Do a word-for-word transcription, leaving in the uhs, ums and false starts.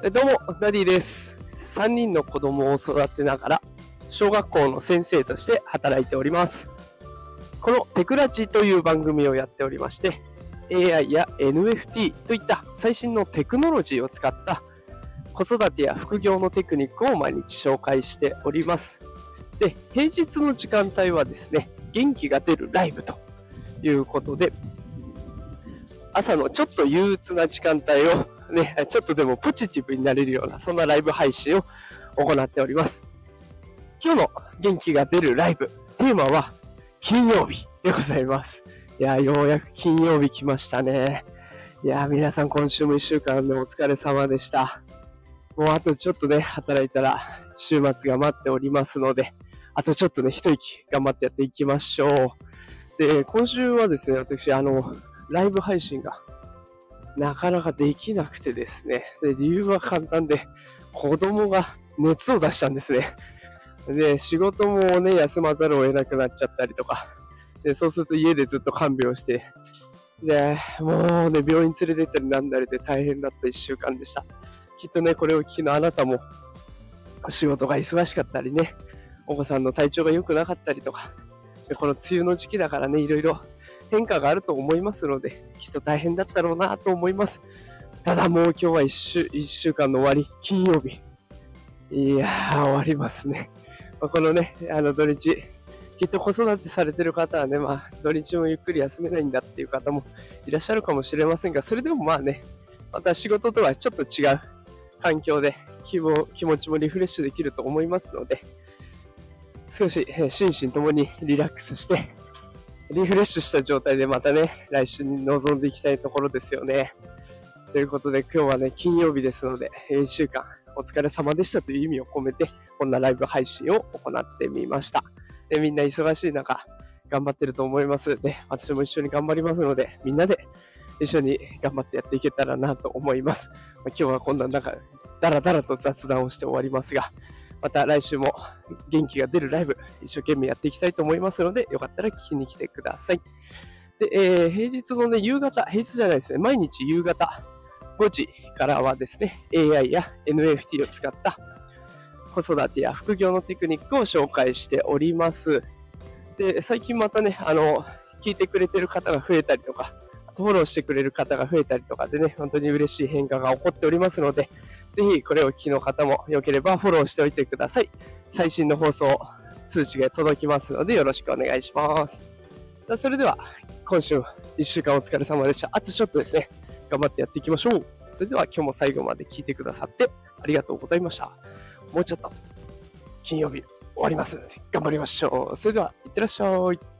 どうもダディです。さんにんの子供を育てながら小学校の先生として働いております。このテクラジという番組をやっておりまして、 エーアイ や エヌエフティー といった最新のテクノロジーを使った子育てや副業のテクニックを毎日紹介しております。で、平日の時間帯はですね、元気が出るライブということで、朝のちょっと憂鬱な時間帯をね、ちょっとでもポジティブになれるような、そんなライブ配信を行っております。今日の元気が出るライブ、テーマは金曜日でございます。いや、ようやく金曜日来ましたね。いや、皆さん今週もいっしゅうかんでお疲れ様でした。もうあとちょっとね、働いたら週末が待っておりますので、あとちょっとね、一息頑張ってやっていきましょう。で、今週はですね、私、あの、ライブ配信がなかなかできなくてですね、で理由は簡単で、子供が熱を出したんですね。で、仕事もね、休まざるを得なくなっちゃったりとか、でそうすると家でずっと看病して、で、もうね、病院連れてったりなんだりで大変だったいっしゅうかんでした。きっとね、これを聞きのあなたも、仕事が忙しかったりね、お子さんの体調が良くなかったりとか、でこの梅雨の時期だからね、いろいろ変化があると思いますので、きっと大変だったろうなと思います。ただもう今日は一週、一週間の終わり、金曜日。いやー、終わりますね。まあ、このね、あの土日、きっと子育てされてる方はね、まあ土日もゆっくり休めないんだっていう方もいらっしゃるかもしれませんが、それでもまあね、また仕事とはちょっと違う環境で気も気持ちもリフレッシュできると思いますので、少し心身ともにリラックスして、リフレッシュした状態でまたね、来週に臨んでいきたいところですよね。ということで今日はね、金曜日ですので、いっしゅうかんお疲れ様でしたという意味を込めて、こんなライブ配信を行ってみました。で、みんな忙しい中、頑張ってると思います。で、私も一緒に頑張りますので、みんなで一緒に頑張ってやっていけたらなと思います。まあ、今日はこんな中、だらだらと雑談をして終わりますが、また来週も元気が出るライブ一生懸命やっていきたいと思いますので、よかったら聞きに来てください。で、えー、平日のね、夕方、平日じゃないですね、毎日夕方ごじからはですね、エーアイ や エヌエフティー を使った子育てや副業のテクニックを紹介しております。で、最近またね、あの、聞いてくれてる方が増えたりとか、フォローしてくれる方が増えたりとかでね、本当に嬉しい変化が起こっておりますので、ぜひこれをお聞きの方もよければフォローしておいてください。最新の放送、通知が届きますのでよろしくお願いします。それでは、今週いっしゅうかんお疲れ様でした。あとちょっとですね、頑張ってやっていきましょう。それでは今日も最後まで聞いてくださってありがとうございました。もうちょっと金曜日終わりますので頑張りましょう。それでは、いってらっしゃい。